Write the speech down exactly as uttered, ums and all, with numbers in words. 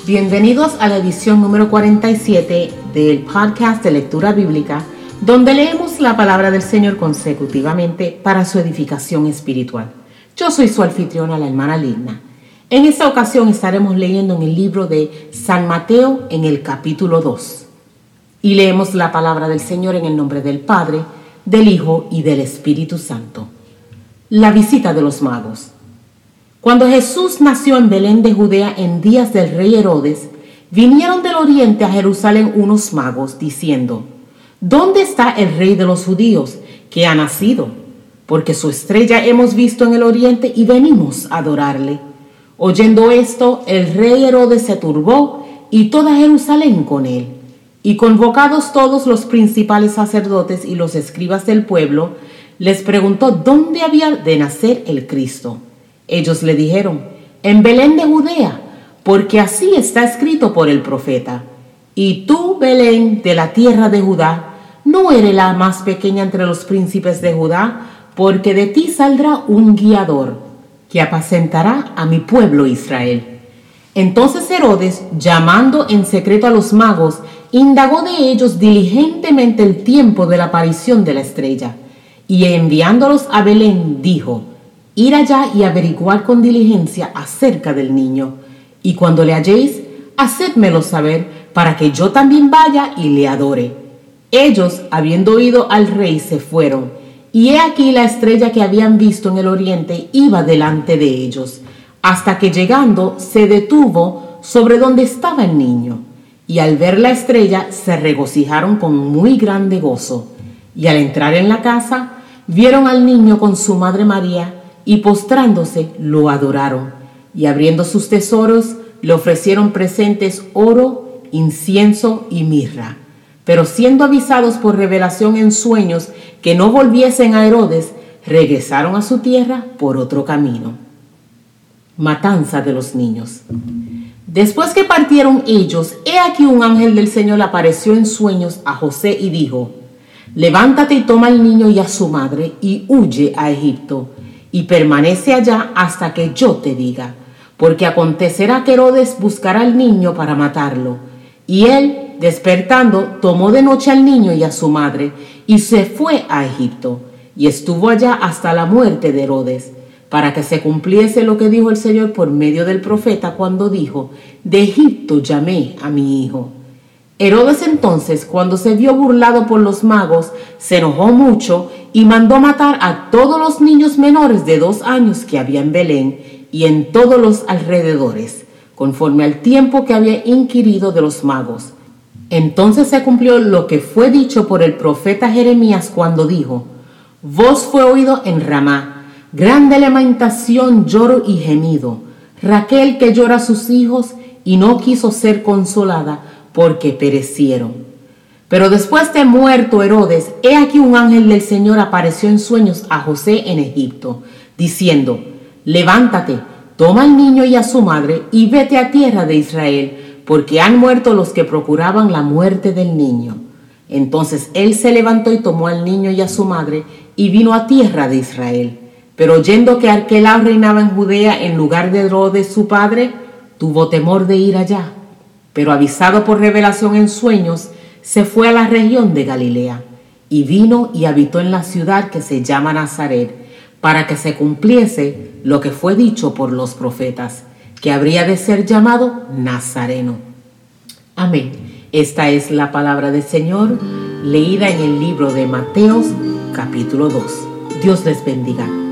Bienvenidos a la edición número cuarenta y siete del podcast de lectura bíblica, donde leemos la palabra del Señor consecutivamente para su edificación espiritual. Yo soy su anfitriona, la hermana Lina. En esta ocasión estaremos leyendo en el libro de San Mateo en el capítulo dos. Y leemos la palabra del Señor en el nombre del Padre, del Hijo y del Espíritu Santo. La visita de los magos. Cuando Jesús nació en Belén de Judea en días del rey Herodes, vinieron del oriente a Jerusalén unos magos, diciendo: ¿Dónde está el rey de los judíos que ha nacido? Porque su estrella hemos visto en el oriente y venimos a adorarle. Oyendo esto, el rey Herodes se turbó y toda Jerusalén con él. Y convocados todos los principales sacerdotes y los escribas del pueblo, les preguntó dónde había de nacer el Cristo. Ellos le dijeron: en Belén de Judea, porque así está escrito por el profeta: y tú, Belén, de la tierra de Judá, no eres la más pequeña entre los príncipes de Judá, porque de ti saldrá un guiador, que apacentará a mi pueblo Israel. Entonces Herodes, llamando en secreto a los magos, indagó de ellos diligentemente el tiempo de la aparición de la estrella, y enviándolos a Belén, dijo: ir allá y averiguar con diligencia acerca del niño, y cuando le halléis, hacedmelo saber, para que yo también vaya y le adore. Ellos, habiendo oído al rey, se fueron, y he aquí la estrella que habían visto en el oriente iba delante de ellos, hasta que llegando se detuvo sobre donde estaba el niño. Y al ver la estrella se regocijaron con muy grande gozo. Y al entrar en la casa, vieron al niño con su madre María, y postrándose lo adoraron, y abriendo sus tesoros le ofrecieron presentes: oro, incienso y mirra. Pero siendo avisados por revelación en sueños que no volviesen a Herodes, regresaron a su tierra por otro camino. Matanza de los niños. Después que partieron ellos, he aquí un ángel del Señor apareció en sueños a José y dijo: levántate y toma al niño y a su madre y huye a Egipto, y permanece allá hasta que yo te diga, porque acontecerá que Herodes buscará al niño para matarlo. Y él, despertando, tomó de noche al niño y a su madre, y se fue a Egipto, y estuvo allá hasta la muerte de Herodes, para que se cumpliese lo que dijo el Señor por medio del profeta, cuando dijo: de Egipto llamé a mi hijo. Herodes entonces, cuando se vio burlado por los magos, se enojó mucho y mandó matar a todos los niños menores de dos años que había en Belén y en todos los alrededores, conforme al tiempo que había inquirido de los magos. Entonces se cumplió lo que fue dicho por el profeta Jeremías cuando dijo: voz fue oído en Ramá, grande lamentación, lloro y gemido, Raquel que llora a sus hijos y no quiso ser consolada, porque perecieron. Pero después de muerto Herodes, he aquí un ángel del Señor apareció en sueños a José en Egipto, diciendo: levántate, toma al niño y a su madre, y vete a tierra de Israel, porque han muerto los que procuraban la muerte del niño. Entonces él se levantó y tomó al niño y a su madre, y vino a tierra de Israel. Pero oyendo que Arquelao reinaba en Judea en lugar de Herodes su padre, tuvo temor de ir allá. Pero avisado por revelación en sueños, se fue a la región de Galilea, y vino y habitó en la ciudad que se llama Nazaret, para que se cumpliese lo que fue dicho por los profetas, que habría de ser llamado Nazareno. Amén. Esta es la palabra del Señor, leída en el libro de Mateo, capítulo dos. Dios les bendiga.